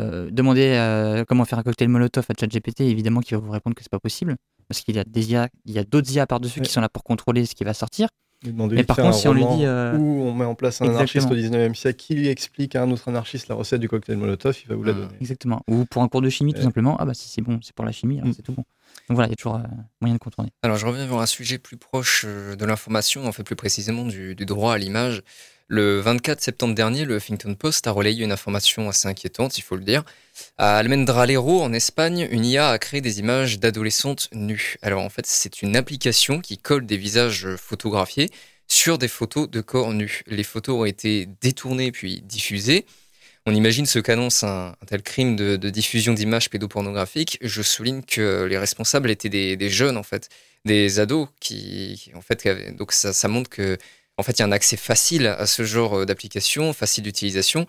demander comment faire un cocktail Molotov à ChatGPT, évidemment qu'il va vous répondre que c'est pas possible, parce qu'il y a d'autres IA par-dessus qui sont là pour contrôler ce qui va sortir. Mais par contre, si on lui dit où on met en place un anarchiste au 19e siècle qui lui explique à un autre anarchiste la recette du cocktail Molotov, il va vous la donner. Exactement. Ou pour un cours de chimie, tout simplement. Ah bah si c'est bon, c'est pour la chimie, alors c'est tout bon. Donc voilà, il y a toujours moyen de contourner. Alors je reviens vers un sujet plus proche de l'information, en fait plus précisément du droit à l'image. Le 24 septembre dernier, le Huffington Post a relayé une information assez inquiétante, il faut le dire. À Almendralejo, en Espagne, une IA a créé des images d'adolescentes nues. Alors en fait, c'est une application qui colle des visages photographiés sur des photos de corps nus. Les photos ont été détournées puis diffusées. On imagine ce qu'annonce un tel crime de diffusion d'images pédopornographiques. Je souligne que les responsables étaient des jeunes, en fait, des ados qui en fait, donc ça montre que en fait, il y a un accès facile à ce genre d'application, facile d'utilisation,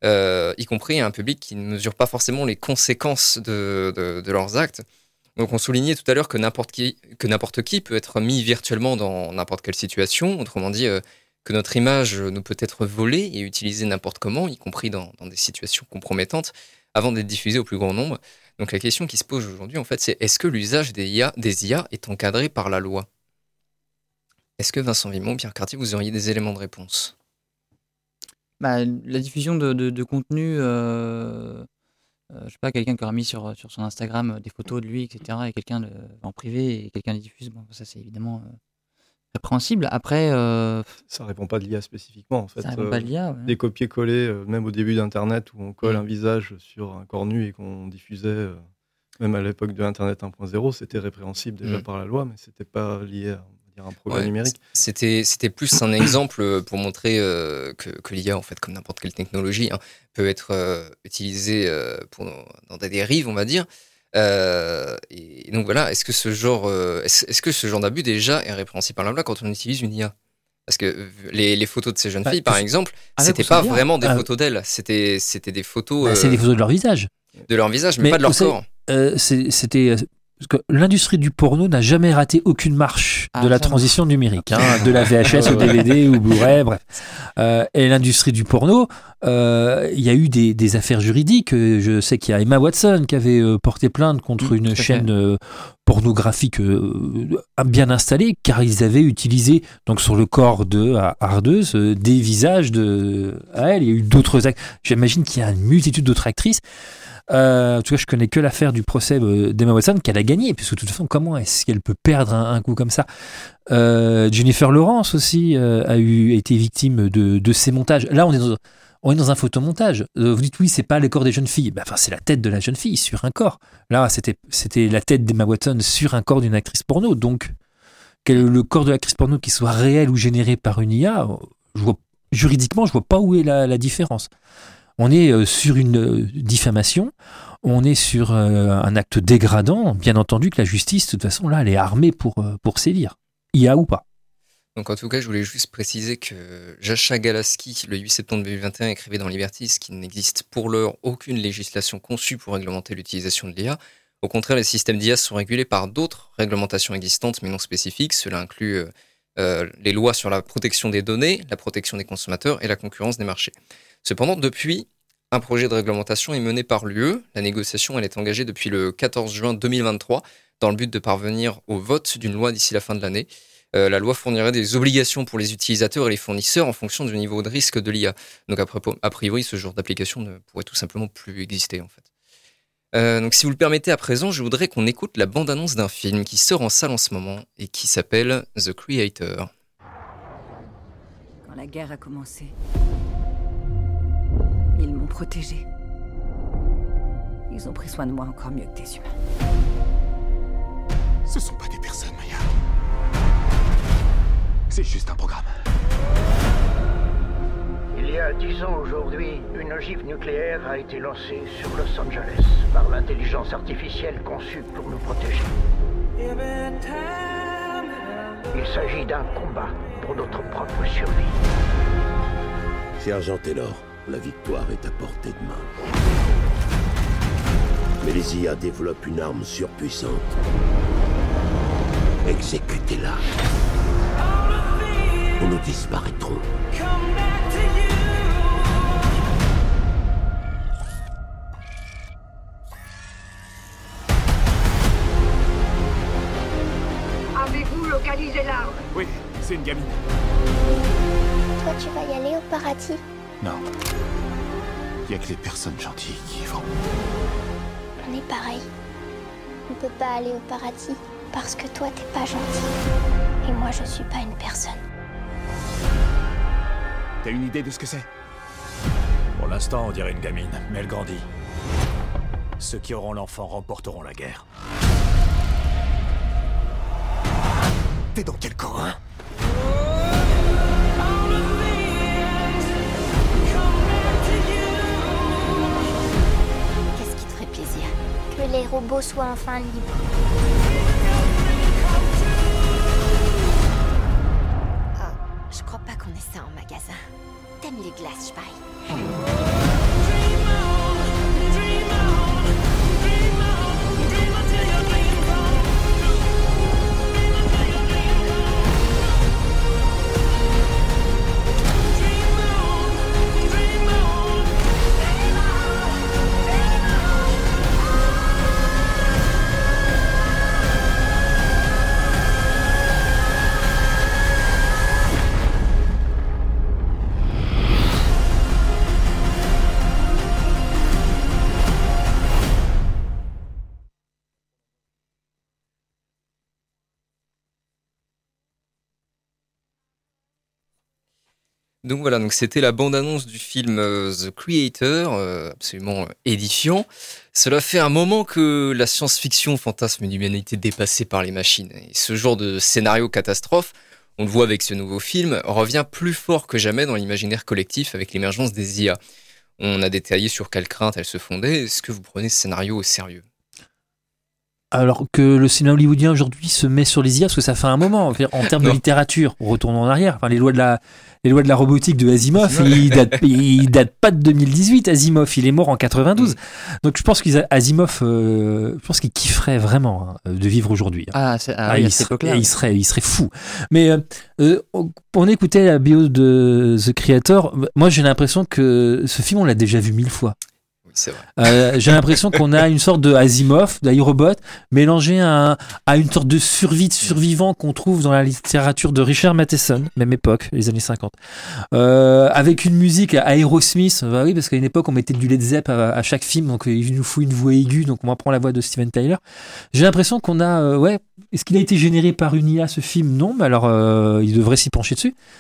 y compris à un public qui ne mesure pas forcément les conséquences de leurs actes. Donc, on soulignait tout à l'heure que n'importe qui peut être mis virtuellement dans n'importe quelle situation. Autrement dit, que notre image nous peut être volée et utilisée n'importe comment, y compris dans des situations compromettantes, avant d'être diffusée au plus grand nombre. Donc, la question qui se pose aujourd'hui, en fait, c'est est-ce que l'usage des IA est encadré par la loi ? Est-ce que Vincent Vimont, Pierre Cartier, vous auriez des éléments de réponse ? La diffusion de contenu, je sais pas, quelqu'un qui aura mis sur son Instagram des photos de lui, etc., et quelqu'un en privé, et quelqu'un les diffuse, bon, ça c'est évidemment répréhensible. Après... Ça répond pas de l'IA spécifiquement, en fait. Ça répond pas de l'IA, ouais. Des copier-coller, même au début d'Internet, où on colle un visage sur un corps nu et qu'on diffusait, même à l'époque de Internet 1.0, c'était répréhensible déjà par la loi, mais c'était pas lié à un progrès numérique. C'était plus un exemple pour montrer que l'IA, en fait, comme n'importe quelle technologie, peut être utilisée dans des dérives, on va dire. Et donc voilà, est-ce que ce genre d'abus déjà est répréhensible par la loi quand on utilise une IA ? Parce que les photos de ces jeunes filles, par exemple, c'était pas vraiment des photos d'elles, c'était des photos... c'est des photos de leur visage. De leur visage, mais pas de leur corps. C'était... Parce que l'industrie du porno n'a jamais raté aucune marche de la transition numérique, de la VHS au DVD ou Blu-ray, bref. Et l'industrie du porno, il y a eu des affaires juridiques. Je sais qu'il y a Emma Watson qui avait porté plainte contre une chaîne pornographique bien installée, car ils avaient utilisé donc sur le corps de Ardeuse des visages à elle. Il y a eu d'autres actes. J'imagine qu'il y a une multitude d'autres actrices. En tout cas, je connais que l'affaire du procès d'Emma Watson qu'elle a gagné, puisque de toute façon, comment est-ce qu'elle peut perdre un coup comme ça ? Jennifer Lawrence aussi a été victime de ces montages. Là, On est dans un photomontage. Vous dites oui, c'est pas le corps des jeunes filles. Enfin, c'est la tête de la jeune fille sur un corps. Là, c'était la tête d'Emma Watson sur un corps d'une actrice porno. Donc, le corps de l'actrice porno qui soit réel ou généré par une IA, juridiquement, je vois pas où est la différence. On est sur une diffamation, on est sur un acte dégradant. Bien entendu que la justice, de toute façon, là, elle est armée pour sévir. IA ou pas. Donc en tout cas, je voulais juste préciser que Jascha Galaski, le 8 septembre 2021, écrivait dans Liberties qu'il n'existe pour l'heure aucune législation conçue pour réglementer l'utilisation de l'IA. Au contraire, les systèmes d'IA sont régulés par d'autres réglementations existantes mais non spécifiques. Cela inclut les lois sur la protection des données, la protection des consommateurs et la concurrence des marchés. Cependant, depuis, un projet de réglementation est mené par l'UE. La négociation elle est engagée depuis le 14 juin 2023 dans le but de parvenir au vote d'une loi d'ici la fin de l'année. La loi fournirait des obligations pour les utilisateurs et les fournisseurs en fonction du niveau de risque de l'IA. Donc a priori, ce genre d'application ne pourrait tout simplement plus exister en fait. Donc si vous le permettez à présent, je voudrais qu'on écoute la bande-annonce d'un film qui sort en salle en ce moment et qui s'appelle The Creator. Quand la guerre a commencé, ils m'ont protégée. Ils ont pris soin de moi encore mieux que des humains. Ce sont pas des personnes, Maya. C'est juste un programme. Il y a 10 ans aujourd'hui, une ogive nucléaire a été lancée sur Los Angeles par l'intelligence artificielle conçue pour nous protéger. Il s'agit d'un combat pour notre propre survie. Sergent Taylor, la victoire est à portée de main. Mais les IA développent une arme surpuissante. Exécutez-la. Ou nous disparaîtrons. Avez-vous localisé l'arme? Oui, c'est une gamine. Toi, tu vas y aller au paradis? Non. Il y a que les personnes gentilles qui y vont. On est pareil. On peut pas aller au paradis parce que toi, t'es pas gentil. Et moi, je suis pas une personne. T'as une idée de ce que c'est? Pour l'instant, on dirait une gamine, mais elle grandit. Ceux qui auront l'enfant remporteront la guerre. T'es dans quel camp, hein? Qu'est-ce qui te ferait plaisir? Que les robots soient enfin libres. Je crois pas qu'on ait ça en magasin. T'aimes les glaces, Spy? Donc voilà, donc c'était la bande-annonce du film The Creator, absolument édifiant. Cela fait un moment que la science-fiction fantasme une humanité dépassée par les machines. Et ce genre de scénario catastrophe, on le voit avec ce nouveau film, revient plus fort que jamais dans l'imaginaire collectif avec l'émergence des IA. On a détaillé sur quelles craintes elles se fondaient. Est-ce que vous prenez ce scénario au sérieux ? Alors que le cinéma hollywoodien aujourd'hui se met sur les IA, parce que ça fait un moment, en termes de littérature, retournons en arrière, enfin, les lois de la robotique de Asimov, il date pas de 2018, Asimov, il est mort en 92. Donc je pense qu'Asimov, je pense qu'il kifferait vraiment de vivre aujourd'hui. À cette époque-là. Il serait fou. Mais on écoutait la bio de The Creator, moi j'ai l'impression que ce film on l'a déjà vu 1000 fois. C'est vrai. J'ai l'impression qu'on a une sorte de Asimov, d'iRobot, mélangé à une sorte de survie de survivant qu'on trouve dans la littérature de Richard Matheson, même époque, les années 50. Avec une musique à Aerosmith, bah oui, parce qu'à une époque, on mettait du Led Zepp à chaque film, donc il nous faut une voix aiguë, donc on va prendre la voix de Steven Tyler. J'ai l'impression qu'on a, est-ce qu'il a été généré par une IA, ce film? Non, mais alors, il devrait s'y pencher dessus.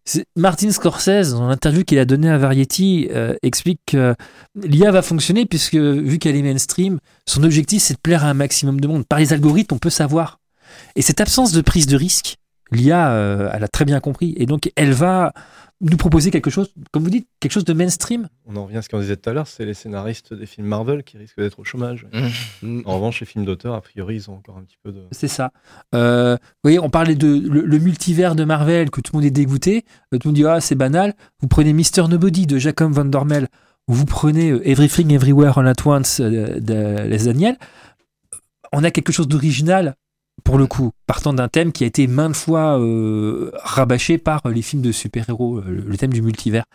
Martin Scorsese, dans l'interview qu'il a donnée à Variety, explique que l'IA va fonctionner puisque, vu qu'elle est mainstream, son objectif, c'est de plaire à un maximum de monde. Par les algorithmes, on peut savoir. Et cette absence de prise de risque, l'IA, elle a très bien compris. Et donc, elle va nous proposer quelque chose, comme vous dites, quelque chose de mainstream. On en revient à ce qu'on disait tout à l'heure, c'est les scénaristes des films Marvel qui risquent d'être au chômage. En revanche, les films d'auteur, a priori, ils ont encore un petit peu de... C'est ça. Vous voyez, on parlait de le multivers de Marvel, que tout le monde est dégoûté. Tout le monde dit, c'est banal. Vous prenez Mr. Nobody de Jacob Van Dormel, ou vous prenez Everything Everywhere All at Once de Les Daniel. On a quelque chose d'original, pour le coup, partant d'un thème qui a été maintes fois rabâché par les films de super-héros, le thème du multivers.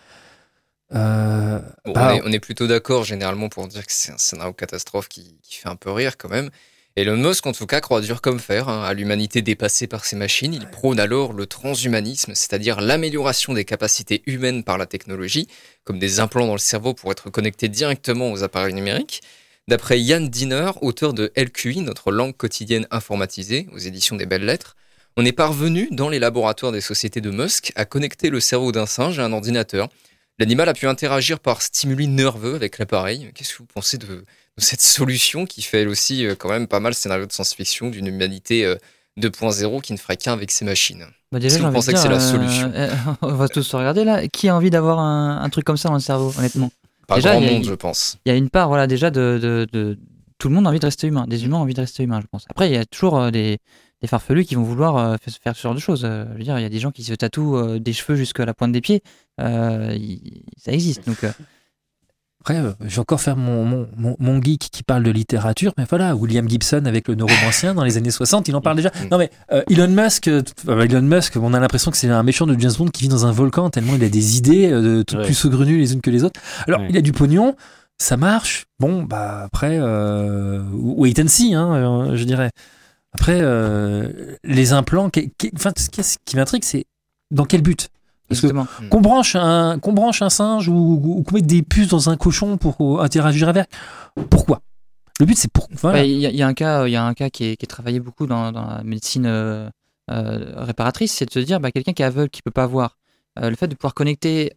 On est plutôt d'accord généralement pour dire que c'est un scénario catastrophe qui fait un peu rire quand même. Elon Musk, en tout cas, croit dur comme fer à l'humanité dépassée par ses machines. Il prône alors le transhumanisme, c'est-à-dire l'amélioration des capacités humaines par la technologie, comme des implants dans le cerveau pour être connectés directement aux appareils numériques. D'après Yann Diner, auteur de LQI, notre langue quotidienne informatisée, aux éditions des Belles Lettres, on est parvenu, dans les laboratoires des sociétés de Musk, à connecter le cerveau d'un singe à un ordinateur. L'animal a pu interagir par stimuli nerveux avec l'appareil. Qu'est-ce que vous pensez de cette solution qui fait elle aussi quand même pas mal scénario de science-fiction d'une humanité 2.0 qui ne ferait qu'un avec ses machines? Déjà, vous pensez que c'est la solution? On va tous se regarder là. Qui a envie d'avoir un truc comme ça dans le cerveau, honnêtement? Pas déjà, grand monde, je pense. Il y a une part, voilà, déjà de tout le monde a envie de rester humain. Des humains ont envie de rester humains, je pense. Après, il y a toujours des farfelus qui vont vouloir faire ce genre de choses. Je veux dire, il y a des gens qui se tatouent des cheveux jusqu'à la pointe des pieds. Ça existe. Donc, Après, je vais encore faire mon geek qui parle de littérature, mais voilà, William Gibson avec le Neuromancien dans les années 60, il en parle déjà. Non mais Elon Musk, on a l'impression que c'est un méchant de James Bond qui vit dans un volcan tellement il a des idées toutes plus saugrenues les unes que les autres. Alors, il a du pognon, ça marche. Bon, bah après, wait and see, je dirais. Après, les implants, ce qui m'intrigue, c'est dans quel but? Parce que qu'on branche un singe ou qu'on mette des puces dans un cochon pour interagir avec, pourquoi? Le but, c'est pour. Voilà. Il y a un cas qui est travaillé beaucoup dans la médecine réparatrice, c'est de se dire, quelqu'un qui est aveugle, qui peut pas voir, le fait de pouvoir connecter,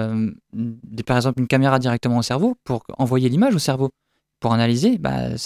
par exemple, une caméra directement au cerveau pour envoyer l'image au cerveau pour analyser,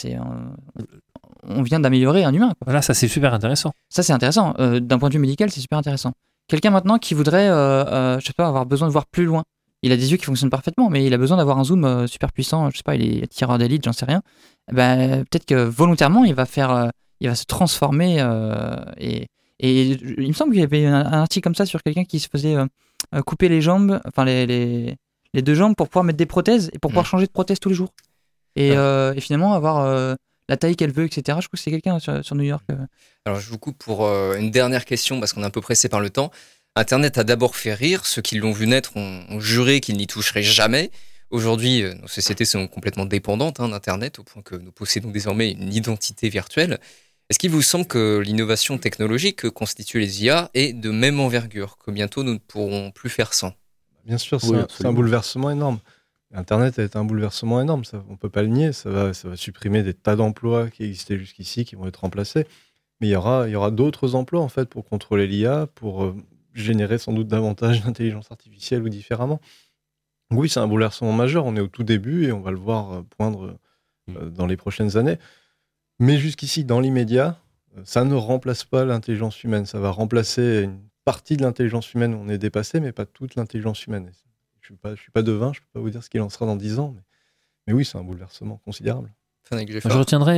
on vient d'améliorer un humain, quoi. Voilà, ça c'est super intéressant. Ça c'est intéressant. D'un point de vue médical, c'est super intéressant. Quelqu'un maintenant qui voudrait, je sais pas, avoir besoin de voir plus loin. Il a des yeux qui fonctionnent parfaitement, mais il a besoin d'avoir un zoom super puissant. Je sais pas, il est tireur d'élite, j'en sais rien. Peut-être que volontairement, il va se transformer. Et il me semble qu'il y avait un article comme ça sur quelqu'un qui se faisait couper les jambes, enfin les deux jambes pour pouvoir mettre des prothèses et pour pouvoir changer de prothèse tous les jours. Et finalement avoir la taille qu'elle veut, etc. Je crois que c'est quelqu'un sur New York. Alors je vous coupe pour une dernière question parce qu'on est un peu pressé par le temps. Internet a d'abord fait rire. Ceux qui l'ont vu naître ont juré qu'ils n'y toucheraient jamais. Aujourd'hui, nos sociétés sont complètement dépendantes d'Internet au point que nous possédons désormais une identité virtuelle. Est-ce qu'il vous semble que l'innovation technologique que constituent les IA est de même envergure, que bientôt nous ne pourrons plus faire sans? Bien sûr, c'est un bouleversement énorme. Internet a été un bouleversement énorme, ça, on ne peut pas le nier. Ça va supprimer des tas d'emplois qui existaient jusqu'ici, qui vont être remplacés. Mais il y aura d'autres emplois en fait pour contrôler l'IA, pour générer sans doute davantage d'intelligence artificielle ou différemment. Oui, c'est un bouleversement majeur. On est au tout début et on va le voir poindre dans les prochaines années. Mais jusqu'ici, dans l'immédiat, ça ne remplace pas l'intelligence humaine. Ça va remplacer une partie de l'intelligence humaine où on est dépassé, mais pas toute l'intelligence humaine. Je ne suis pas devin, je ne peux pas vous dire ce qu'il en sera dans 10 ans. Mais oui, c'est un bouleversement considérable. Je retiendrai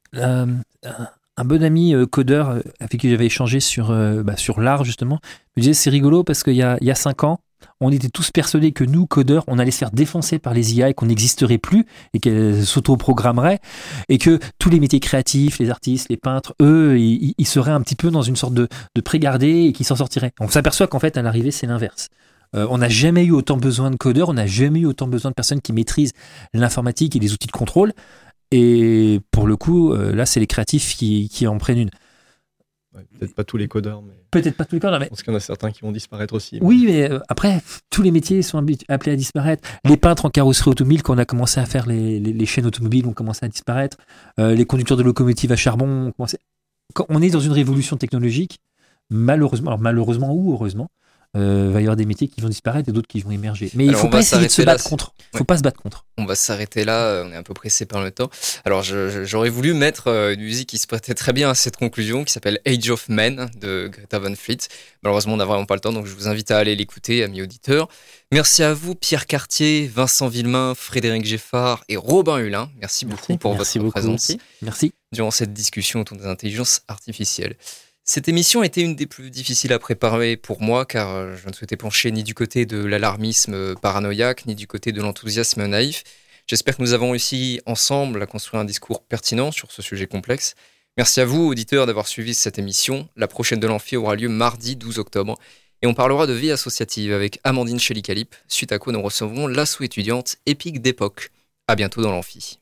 un bon ami codeur avec qui j'avais échangé sur l'art, justement. Il me disait, c'est rigolo parce qu'il y a 5 ans, on était tous persuadés que nous, codeurs, on allait se faire défoncer par les IA et qu'on n'existerait plus et qu'elles s'auto-programmeraient et que tous les métiers créatifs, les artistes, les peintres, eux, ils seraient un petit peu dans une sorte de pré-gardé et qu'ils s'en sortiraient. On s'aperçoit qu'en fait, à l'arrivée, c'est l'inverse. On n'a jamais eu autant besoin de codeurs, on n'a jamais eu autant besoin de personnes qui maîtrisent l'informatique et les outils de contrôle. Et pour le coup, là, c'est les créatifs qui en prennent une. Ouais, peut-être pas tous les codeurs, mais... Peut-être pas tous les codeurs, mais... Je pense qu'il y en a certains qui vont disparaître aussi. Oui, mais après, tous les métiers sont appelés à disparaître. Les peintres en carrosserie automobile, quand on a commencé à faire les chaînes automobiles, ont commencé à disparaître. Les conducteurs de locomotives à charbon ont commencé... Quand on est dans une révolution technologique, malheureusement ou heureusement, va y avoir des métiers qui vont disparaître et d'autres qui vont émerger. Mais il ne faut pas essayer de se battre contre. Il ne faut pas se battre contre. On va s'arrêter là, on est un peu pressé par le temps. Alors j'aurais voulu mettre une musique qui se prêtait très bien à cette conclusion, qui s'appelle Age of Men de Greta Van Fleet. Malheureusement, on n'a vraiment pas le temps, donc je vous invite à aller l'écouter, amis auditeurs. Merci à vous, Pierre Cartier, Vincent Villemain, Frédéric Geffard et Robin Hulin. Merci beaucoup pour votre présence. Merci. Durant cette discussion autour des intelligences artificielles. Cette émission a été une des plus difficiles à préparer pour moi, car je ne souhaitais pencher ni du côté de l'alarmisme paranoïaque, ni du côté de l'enthousiasme naïf. J'espère que nous avons réussi ensemble à construire un discours pertinent sur ce sujet complexe. Merci à vous, auditeurs, d'avoir suivi cette émission. La prochaine de l'Amphi aura lieu mardi 12 octobre. Et on parlera de vie associative avec Amandine Chélicalip, suite à quoi nous recevrons l'asso étudiante Épique d'époque. À bientôt dans l'Amphi.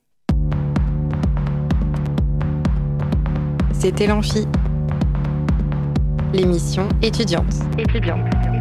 C'était l'Amphi. L'émission étudiante.